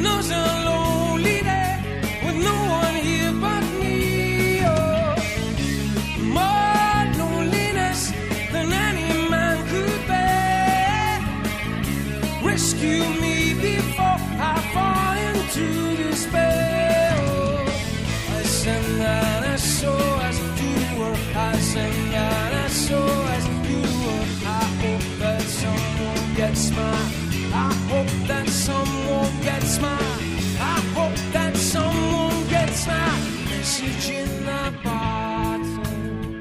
knows a lonely day with no one here but me. Oh, more loneliness than any man could bear. Rescue me before I fall into despair. Oh, I send out a SOS to the world. I send out a SOS to the world. I hope that someone gets mine. I hope that someone gets mine. I hope that someone gets my message in the bottle.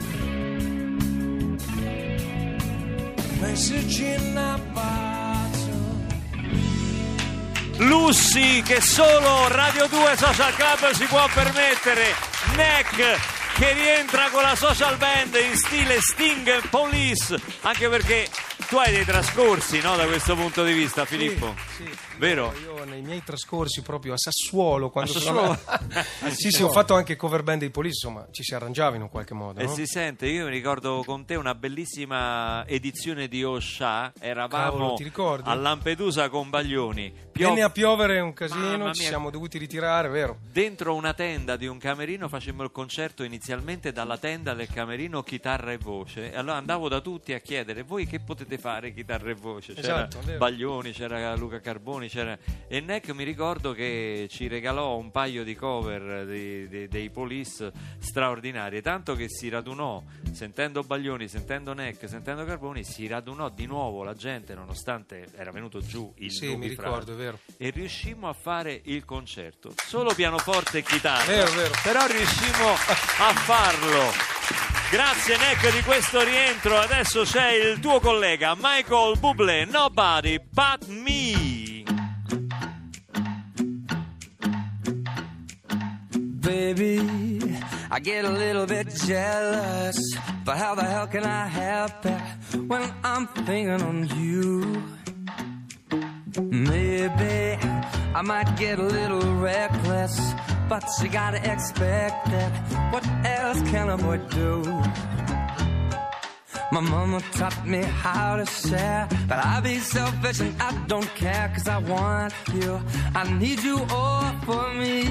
Message in the bottle. Lussi che solo Radio 2 Social Club si può permettere. Neck che rientra con la social band in stile Sting Police, anche perché tu hai dei trascorsi, no, da questo punto di vista, Filippo? Sì. Vero? Io nei miei trascorsi proprio a Sassuolo, quando Sassuolo? Sì, ho fatto anche cover band dei Police, insomma, ci si arrangiava in un qualche modo, E no? si sente, io mi ricordo con te una bellissima edizione di Osha, eravamo Cavolo, ti ricordi? a Lampedusa con Baglioni. Venne a piovere un Mamma casino, mia. ci siamo dovuti ritirare, vero? Dentro una tenda di un camerino facemmo il concerto inizialmente dalla tenda del camerino chitarra e voce, e allora andavo da tutti a chiedere: voi che potete fare chitarra e voce? C'era Esatto, vero. Baglioni, c'era Luca Carboni, c'era... e Neck mi ricordo che ci regalò un paio di cover dei Police straordinarie, tanto che si radunò, sentendo Baglioni, sentendo Neck, sentendo Carboni, si radunò di nuovo la gente, nonostante era venuto giù il Sì, mi ricordo, è vero. e riuscimmo a fare il concerto solo pianoforte e chitarra, Vero, vero. però riuscimmo a farlo. Grazie Neck di questo rientro. Adesso c'è il tuo collega Michael Bublé, Nobody But Me. Baby, I get a little bit jealous, but how the hell can I help it when I'm thinking on you? Maybe I might get a little reckless, but you gotta expect it. What else can a boy do? My mama taught me how to share, but I be selfish and I don't care, 'cause I want you, I need you all for me.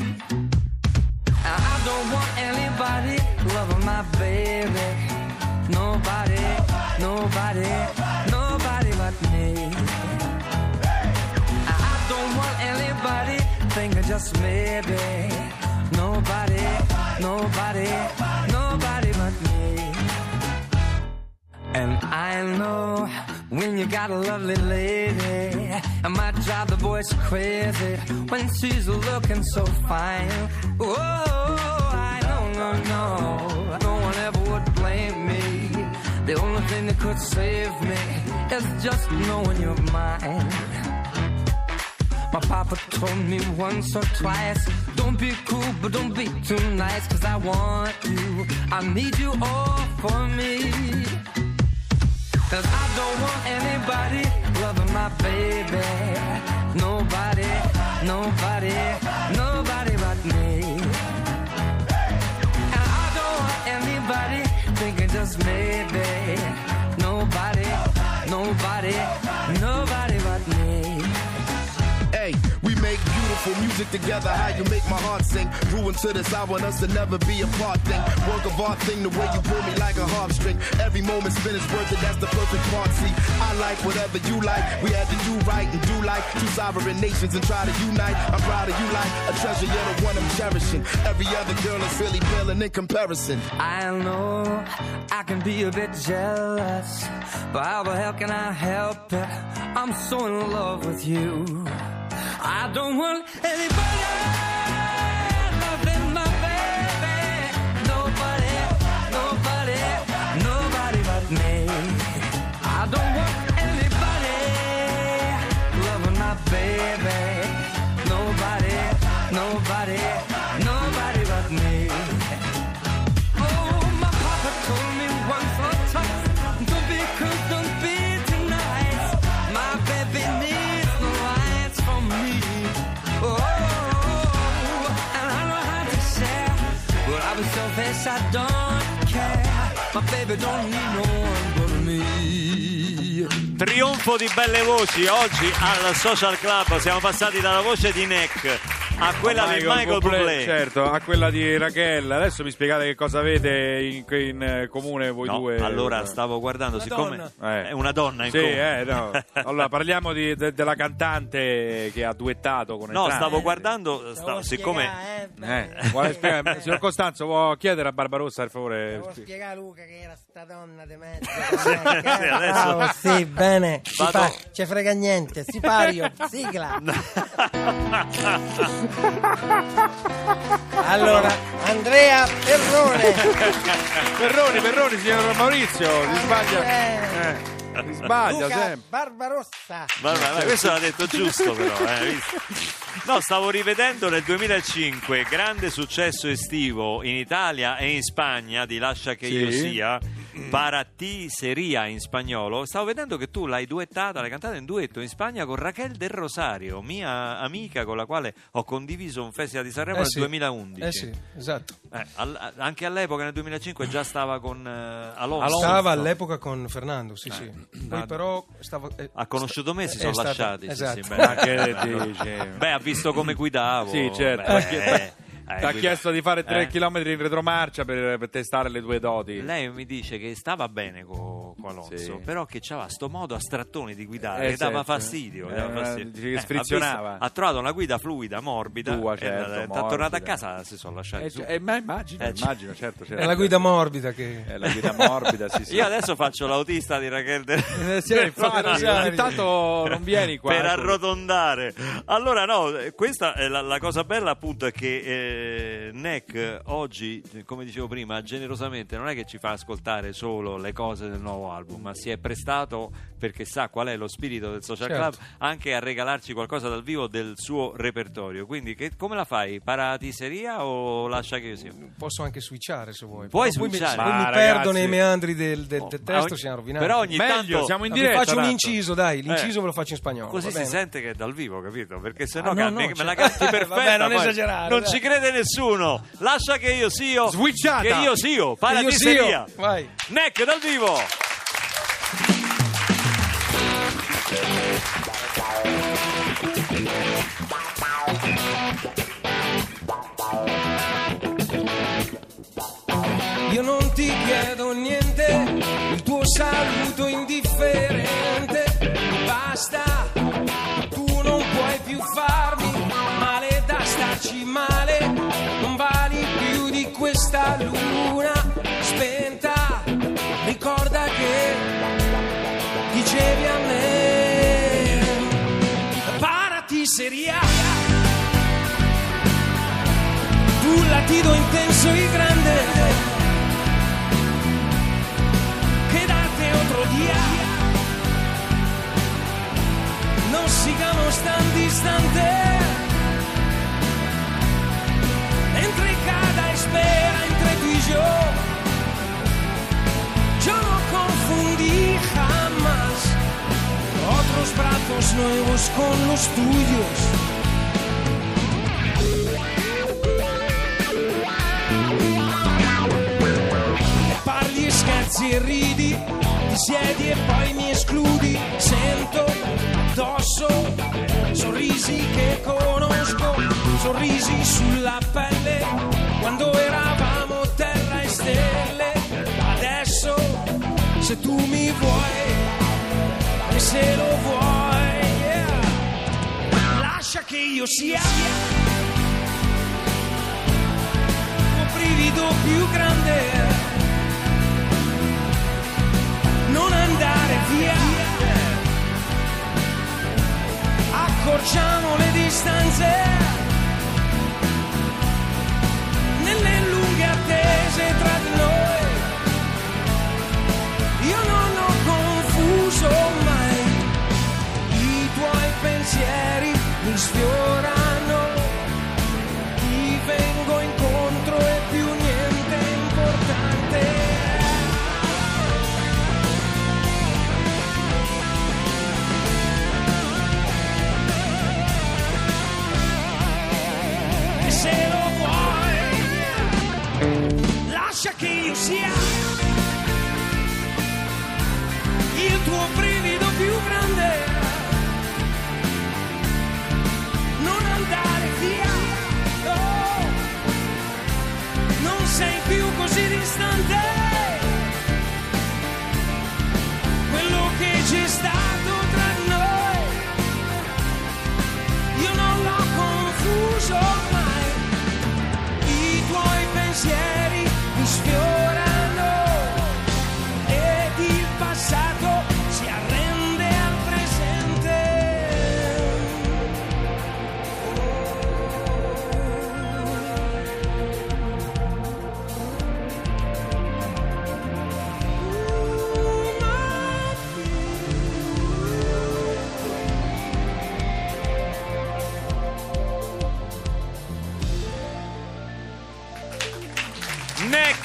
I don't want anybody loving my baby. Nobody, nobody, nobody but me. I don't want anybody thinking just maybe. Nobody, nobody, nobody but me. And I know when you got a lovely lady, it might drive the boys crazy when she's looking so fine. Oh, I know, no one ever would blame me. The only thing that could save me is just knowing you're mine. My papa told me once or twice, don't be cool, but don't be too nice, 'cause I want you, I need you all for me. 'Cause I don't want anybody loving my baby. Nobody, nobody, nobody but me. And I don't want anybody thinking just maybe. Nobody, nobody, nobody but me. Hey, we make beautiful music together. How you make my heart sing. Grew into this, I want us to never be apart thing. Work of art thing, the way you pull me like a harp string. Every moment spent is worth it, that's the perfect part. See, I like whatever you like. We had to do right and do like two sovereign nations and try to unite. I'm proud of you like a treasure, you're the one I'm cherishing. Every other girl is really paling in comparison. I know I can be a bit jealous, but how the hell can I help it? I'm so in love with you. I don't want anybody loving my baby. Nobody, nobody, nobody but me. I don't want anybody loving my baby. Nobody, nobody, nobody but me. Oh, my papa told me once or twice, don't be cool, don't be too nice. My baby needs no lights from me. Oh, and I know how to share, but I was selfish, I don't care. My baby don't need no one but me. Trionfo di belle voci oggi al Social Club. Siamo passati dalla voce di Neck a quella di Michael Bublé. Certo, a quella di Rachel. Adesso mi spiegate che cosa avete in comune voi due. Allora stavo guardando, Una siccome donna. è una donna in Sì, comune. no. Allora parliamo della cantante che ha duettato con No, entrambi. stavo guardando, siccome Vuole spiegare? Signor Costanzo, può chiedere a Barbarossa per favore? Devo spiegare a Luca che era sta donna di mezzo. adesso- Bravo, sì, bene. Vado- Ci frega niente. Sipario, sigla. Allora, Andrea Perrone. Perroni, signor Maurizio, si sbaglia. Si sbaglia Luca sempre. Barbarossa. ma questo l'ha detto giusto però, visto? No, stavo rivedendo nel 2005 grande successo estivo in Italia e in Spagna di Lascia che io sia, Para ti seria in spagnolo. Stavo vedendo che tu l'hai cantata in duetto in Spagna con Raquel del Rosario, mia amica con la quale ho condiviso un festival di Sanremo nel 2011. Sì, esatto. Anche all'epoca nel 2005 già stava con Alonso. Stava all'epoca con Fernando, sì. Poi però Ha conosciuto me, si sono lasciati. Esatto. Sì, beh. Ma che dici? Beh, ha visto come guidavo. Sì, certo. Ti ha chiesto di fare 3 chilometri in retromarcia per testare le tue doti. Lei mi dice che stava bene con Alonso, Sì. però che c'aveva sto modo a strattoni di guidare che dava certo. fastidio. Dice che frizionava. Ha trovato una guida fluida, morbida. Tua, e certo, tornata a morbida. casa si sono lasciati su. Ma immagino, certo. è la guida morbida che... È la guida morbida, sì. Io adesso faccio l'autista di Raquel Sì, infatti, ogni tanto non vieni qua. per arrotondare. Allora no, questa è la cosa bella appunto è che Neck oggi, come dicevo prima, generosamente non è che ci fa ascoltare solo le cose del nuovo album, ma si è prestato, perché sa qual è lo spirito del Social Certo. Club, anche a regalarci qualcosa dal vivo del suo repertorio. Quindi come la fai? Paratiseria o Lascia che io sia? Posso anche switchare se vuoi. Puoi Però poi switchare. poi mi Ma perdo ragazzi- nei meandri del testo, siamo rovinati. Però ogni Meglio, tanto siamo in Vi diretta. faccio un tanto. inciso, dai, l'inciso ve lo faccio in spagnolo. così va si bene? sente che è dal vivo, capito? Perché se no, Ah, no, me cioè- la canti perfetta. Vabbè, non poi esagerare, non dai. ci crede nessuno. Lascia che io sia. Switchata. Che io sia. Io Paratiseria. sì, vai. Neck dal vivo. Io non ti chiedo niente, il tuo saluto indifferente mi basta. Tu non puoi più farmi male da starci male, non vali più di questa luna spenta. Ricorda che dicevi a me, paratiseria, tu latido intenso y grande que darte otro día. No sigamos tan distantes. Entre cada espera, entre tú y yo no confundí jamás otros brazos nuevos con los tuyos. Parli e scherzi e ridi, ti siedi e poi mi escludi. Sento addosso sorrisi che conosco, sorrisi sulla pelle quando eravamo terra e stelle. Adesso se tu mi vuoi e se lo vuoi, yeah, lascia che io sia il tuo brivido più grande. Non andare via, accorciamo le distanze nelle lunghe attese tra di noi. Io non ho confuso mai, i tuoi pensieri mi sfiorano, ti vengo incontro e più niente è importante. Se lo vuoi, lascia che io sia il tuo brivido più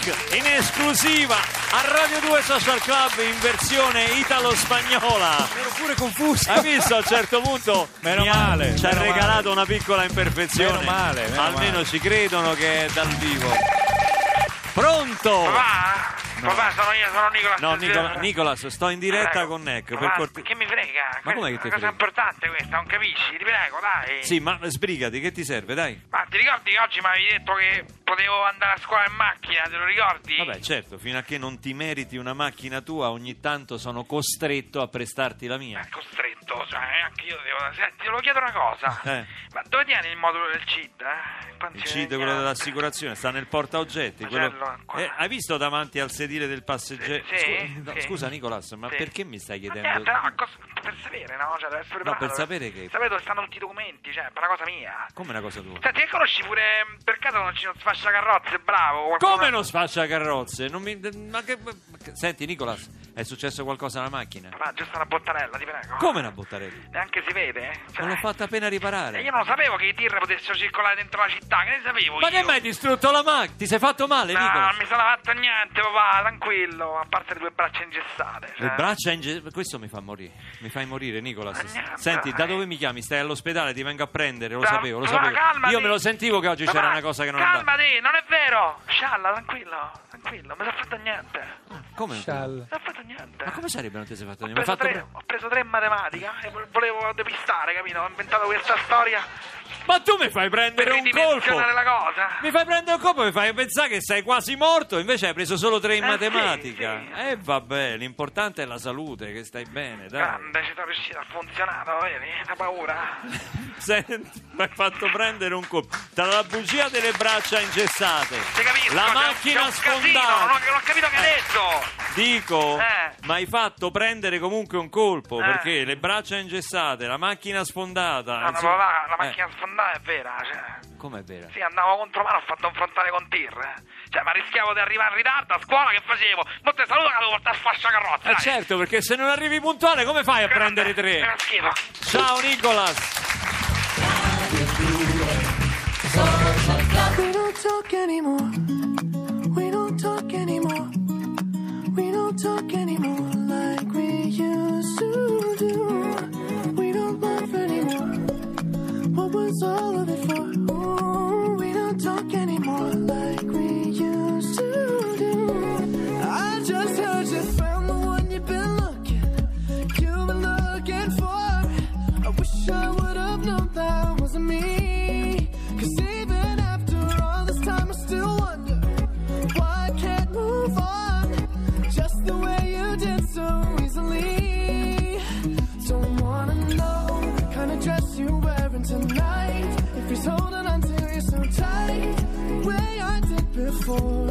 Nick in esclusiva a Radio 2 Social Club in versione italo-spagnola. Ero pure confuso. Hai visto, a un certo punto ci ha regalato una piccola imperfezione. Meno male. Almeno ci credono che è dal vivo. Pronto? Papà, sono Nicolas. Nicolas, sto in diretta con Nick. Che mi frega? Ma com'è che ti è una cosa frega? importante questa, non capisci? Ti prego, dai. Sì, ma sbrigati, che ti serve, dai? Ma ti ricordi che oggi mi avevi detto che potevo andare a scuola in macchina, te lo ricordi? Vabbè, certo, fino a che non ti meriti una macchina tua, ogni tanto sono costretto a prestarti la mia. Costretto, cioè anche io devo... Senti, te lo chiedo una cosa. Ma dove tieni il modulo del CID? Il CID, quello dell'assicurazione, sta nel portaoggetti. Hai visto davanti al sedile del passeggero? Sì. Scusa Nicolas, ma perché mi stai chiedendo? Niente, no, per sapere, no? Cioè, deve essere No, per sapere che... Sapere dove stanno tutti i documenti, cioè, per una cosa mia. Come una cosa tua? Senti, che conosci pure... Per caso non sfascia carrozze, bravo? Qualcuno... Come non sfascia carrozze? Senti Nicolas, è successo qualcosa alla macchina? Ma giusto una bottarella, ti prego. Come una bottarella? Neanche si vede? Cioè, Non l'ho fatta appena riparare. Io non lo sapevo che i tir potessero circolare dentro la città, che ne sapevo Ma io? che mai hai distrutto la macchina? Ti sei fatto male, No, Nicolas? non mi sono fatto niente, papà, tranquillo, a parte le 2 braccia ingessate. Cioè. Le braccia questo mi fa morire. Mi fai morire, Nicolas. Niente, Senti, da dai. dove mi chiami? Stai all'ospedale, ti vengo a prendere, lo Ma- sapevo. ma calmati. Io me lo sentivo che oggi Papà, c'era una cosa che non andava. calmati, non è vero. Scialla, tranquillo, non mi sono fatto niente. Come? Scialla. Non ho fatto niente. Ma come sarebbe non ti sei fatto Ho niente? preso 3 in matematica e volevo depistare, capito? Ho inventato questa storia Ma tu mi fai per prendere un colpo! ridimensionare la cosa. Mi fai prendere un colpo, mi fai pensare che sei quasi morto, invece hai preso solo 3 in sì, matematica. sì. E vabbè, l'importante è la salute, che stai bene, dai. Grande, ci sono riuscito, ha funzionato, vedi? Da paura. Senti, mi hai fatto prendere un colpo. Tra la bugia delle braccia ingessate, Ti capisco, la c'è macchina un casino, sfondata. non ho capito che hai detto. Dico, Eh. mi hai fatto prendere comunque un colpo, Eh. perché le braccia ingessate, la macchina sfondata. No, insomma- papà, la macchina sfondata è vera, cioè. Com'è vera? Sì, andavo contro mano, ho fatto un frontale con tir. Cioè, ma rischiavo di arrivare in ritardo a scuola, che facevo? Mo te saluto che devo portare a sfasciacarrozze, dai. Certo, perché se non arrivi puntuale come fai a prendere 3? È schifo. Ciao Nicolas! We don't talk anymore. We don't talk anymore. We don't talk anymore like we used to do. We don't laugh anymore. What was all of it for? Ooh, we don't talk anymore like we used to do. I just heard you found the one you've been looking for. I wish I would have known that wasn't me. 'Cause even after all this time I still wonder why I can't move on just the way you did so easily. Don't wanna know the kind of dress you're wearing tonight, if he's holding on to you so tight the way I did before.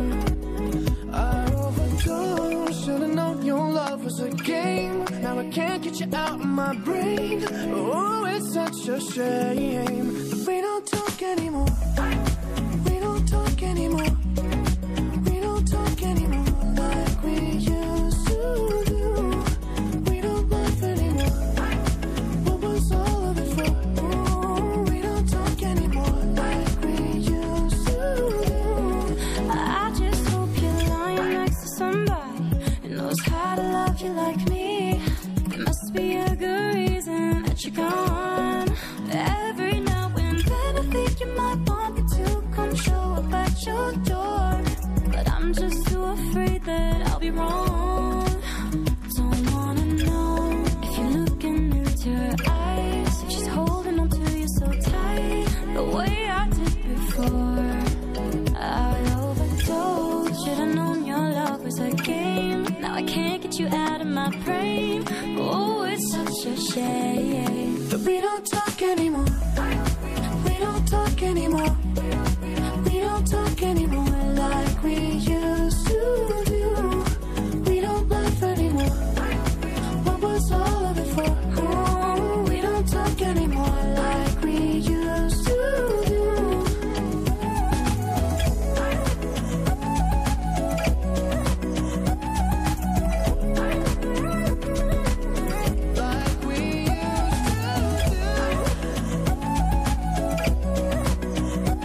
I overdosed, should've known your love was a game. Now I can't get you out of my brain. Oh, it's such a shame that we don't talk anymore. We don't talk anymore. We don't talk anymore like we used to do. We don't laugh anymore. What was all of it for? Ooh, we don't talk anymore like we used to do. I just hope you're lying next to somebody who knows how to love you like me. There must be a good reason that you're gone. Every now and then I think you might want me to come show up at your door, but I'm just too afraid that I'll be wrong. Don't wanna know if you're looking into her eyes, if she's holding on to you so tight the way I did before. I overdosed, should've known your love was a game. Now I can't get you out of my brain. Oh, it's such a shame that we don't talk anymore. We don't talk anymore. We don't talk anymore like we used to do. We don't laugh anymore. What was all of it for? Oh, we don't talk anymore like we used to do. Like we used to do.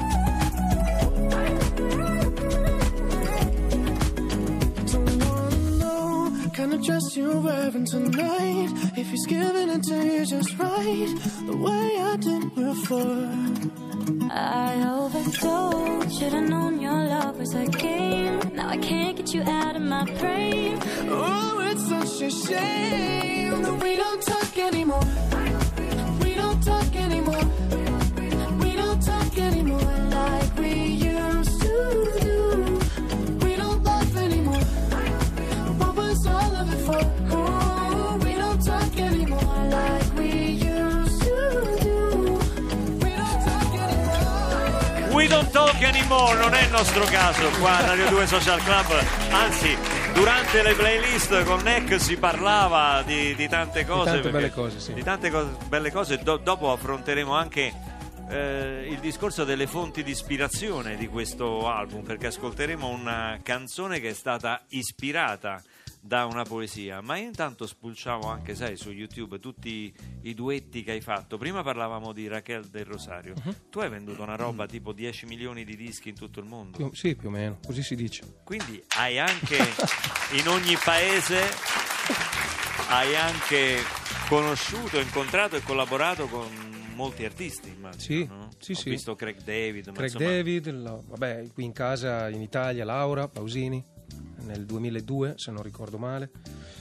revving tonight. If he's giving it to you just right, the way I did before. I overdosed. Should've known your love was a game. Now I can't get you out of my brain. Oh, it's such a shame that we don't talk anymore. We don't talk anymore. We don't talk anymore like we used to do. We don't love anymore. What was all of it for? Oh, we don't talk anymore like we used to do. We don't talk anymore. We don't talk anymore, non è il nostro caso qua a Radio 2 Social Club, anzi durante le playlist con Neck si parlava di tante cose, tante belle cose, sì. Di tante belle cose. Dopo affronteremo anche il discorso delle fonti di ispirazione di questo album, perché ascolteremo una canzone che è stata ispirata da una poesia, ma intanto spulciamo anche, sai, su YouTube tutti i duetti che hai fatto. Prima parlavamo di Raquel del Rosario. Tu hai venduto una roba tipo 10 milioni di dischi in tutto il mondo. Sì, più o meno, così si dice. Quindi hai anche in ogni paese hai anche conosciuto, incontrato e collaborato con molti artisti, immagino. Sì, no? sì, Ho sì. visto Craig David, vabbè, qui in casa in Italia Laura Pausini nel 2002, se non ricordo male.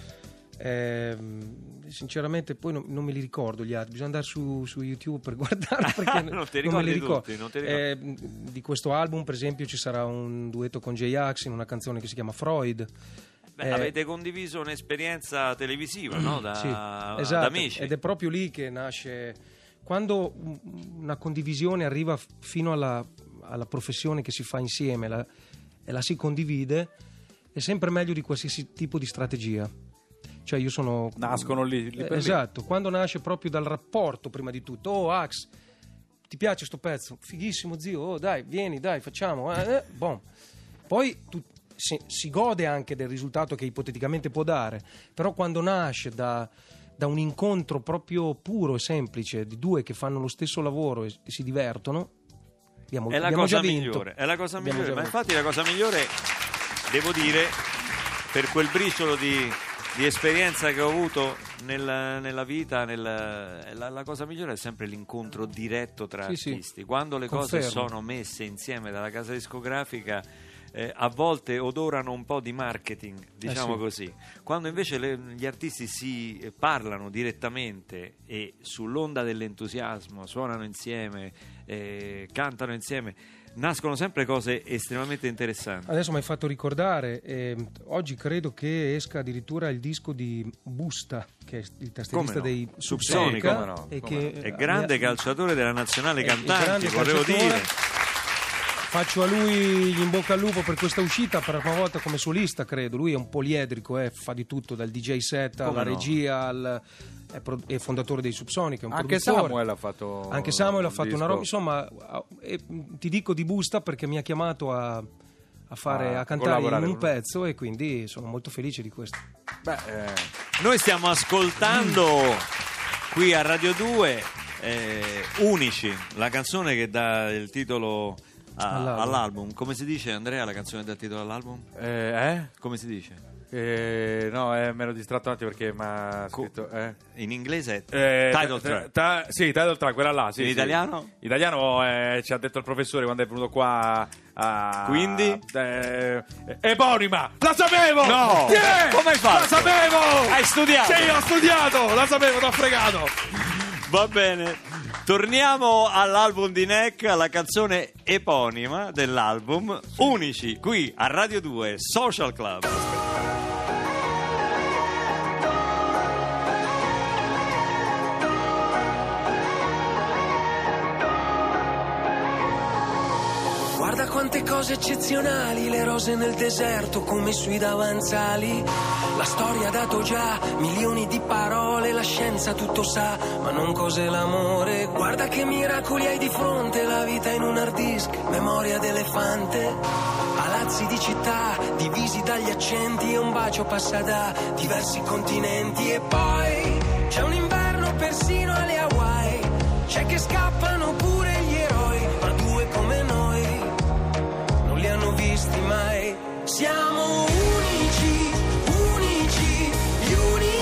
Sinceramente poi non me li ricordo gli altri, bisogna andare su YouTube per guardarli perché non ti non me li ricordo. tutti, non ti ricordi. Di questo album per esempio ci sarà un duetto con J-Ax in una canzone che si chiama Freud. Avete condiviso un'esperienza televisiva, no? Sì, Da esatto, amici. ed è proprio lì che nasce, quando una condivisione arriva fino alla professione che si fa insieme e la si condivide, è sempre meglio di qualsiasi tipo di strategia. Cioè io sono... Nascono lì per esatto, quando nasce proprio dal rapporto prima di tutto. Oh Ax, ti piace sto pezzo? Fighissimo zio, oh dai, vieni, dai, facciamo. Boom. Poi si gode anche del risultato che ipoteticamente può dare, però quando nasce da un incontro proprio puro e semplice di due che fanno lo stesso lavoro e si divertono, è la cosa migliore. È la cosa migliore, ma infatti la cosa migliore, devo dire, per quel briciolo di esperienza che ho avuto nella vita, la cosa migliore è sempre l'incontro diretto tra artisti. Sì. Quando le cose sono messe insieme dalla casa discografica, a volte odorano un po' di marketing, diciamo così. Quando invece gli artisti si parlano direttamente e sull'onda dell'entusiasmo suonano insieme, cantano insieme, nascono sempre cose estremamente interessanti. Adesso mi hai fatto ricordare, oggi credo che esca addirittura il disco di Busta, che è il tastierista dei Subsonica, è grande calciatore della nazionale cantanti, volevo dire. Faccio a lui in bocca al lupo per questa uscita, per la prima volta come solista, credo. Lui è un poliedrico, fa di tutto, dal DJ set alla regia, è fondatore dei Subsonica, è un anche produttore. Samuel ha fatto anche Samuel ha fatto una roba, insomma, ti dico di Busta perché mi ha chiamato a cantare in un pezzo e quindi sono molto felice di questo. Noi stiamo ascoltando qui a Radio 2 Unici, la canzone che dà il titolo all'album. Come si dice, Andrea, la canzone che dà il titolo all'album? Come si dice? No, mi ero distratto un attimo perché mi ha scritto in inglese Title Track. Sì, Title Track, quella là, sì, in italiano? In italiano ci ha detto il professore quando è venuto qua quindi? Eponima! La sapevo! No! Come hai fatto? La sapevo! Hai studiato? Sì, ho studiato! La sapevo, t'ho fregato! Va bene, torniamo all'album di Neck, alla canzone eponima dell'album, Unici, qui a Radio 2 Social Club. Guarda quante cose eccezionali, le rose nel deserto come sui davanzali. La storia ha dato già milioni di parole, la scienza tutto sa, ma non cos'è l'amore. Guarda che miracoli hai di fronte, la vita in un hard disk, memoria d'elefante. Palazzi di città, divisi dagli accenti, e un bacio passa da diversi continenti. E poi c'è un inverno persino alle Hawaii, c'è che scappano pure gli eroi, ma due come noi non li hanno visti mai. Siamo unici, unici, gli unici.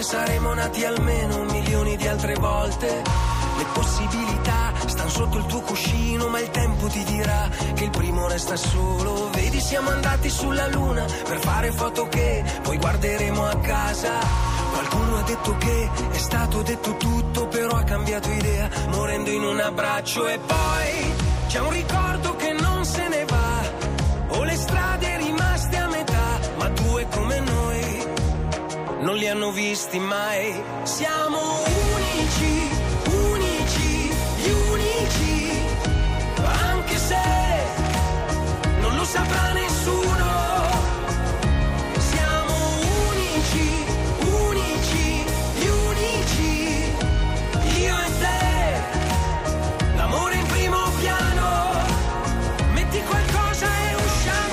saremo nati almeno milioni di altre volte. Le possibilità stanno sotto il tuo cuscino, ma il tempo ti dirà che il primo resta solo. Vedi, siamo andati sulla luna per fare foto che poi guarderemo a casa. Qualcuno ha detto che è stato detto tutto, però ha cambiato idea morendo in un abbraccio. E poi c'è un ricordo che non se ne va, o le strade rimaste a metà, ma due come noi non li hanno visti mai. Siamo unici, unici, gli unici, anche se non lo saprà nessuno. Siamo unici, unici, gli unici, io e te, l'amore in primo piano, metti qualcosa e usciamo.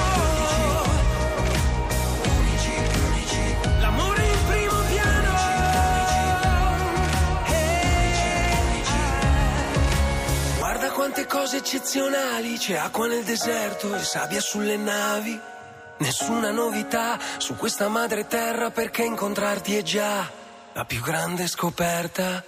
Unici, unici, l'amore in primo piano. Guarda quante cose eccezionali, c'è acqua nel deserto e sabbia sulle navi. Nessuna novità su questa madre terra, perché incontrarti è già la più grande scoperta.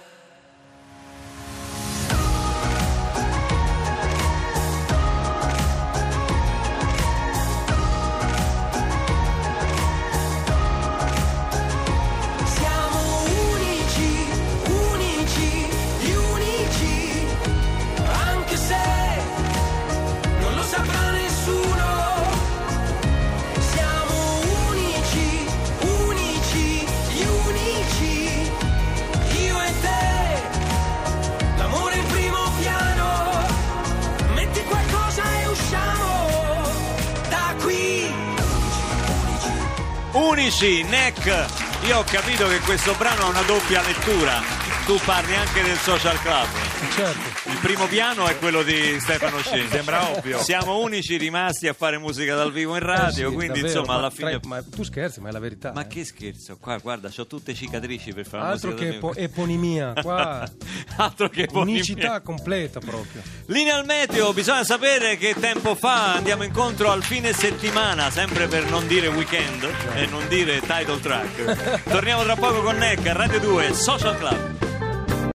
Siamo unici, unici, gli unici, anche se non lo saprà nessuno. Siamo unici, unici, gli unici, io e te, l'amore in primo piano, metti qualcosa e usciamo da qui. Unici, Neck. Io ho capito che questo brano ha una doppia lettura. Tu parli anche del Social Club. Certo. Il primo piano è quello di Stefano Cenci. Sembra ovvio. Siamo unici rimasti a fare musica dal vivo in radio, Sì, quindi davvero, insomma alla fine... ma tu scherzi, ma è la verità. Ma che scherzo, qua guarda, c'ho tutte cicatrici per fare la Altro musica che dal vivo. eponimia, qua Altro che eponimia. unicità completa proprio. Linea al meteo, bisogna sapere che tempo fa. Andiamo incontro al fine settimana, sempre per non dire weekend e non dire title track. Torniamo tra poco con Neck a Radio 2 Social Club.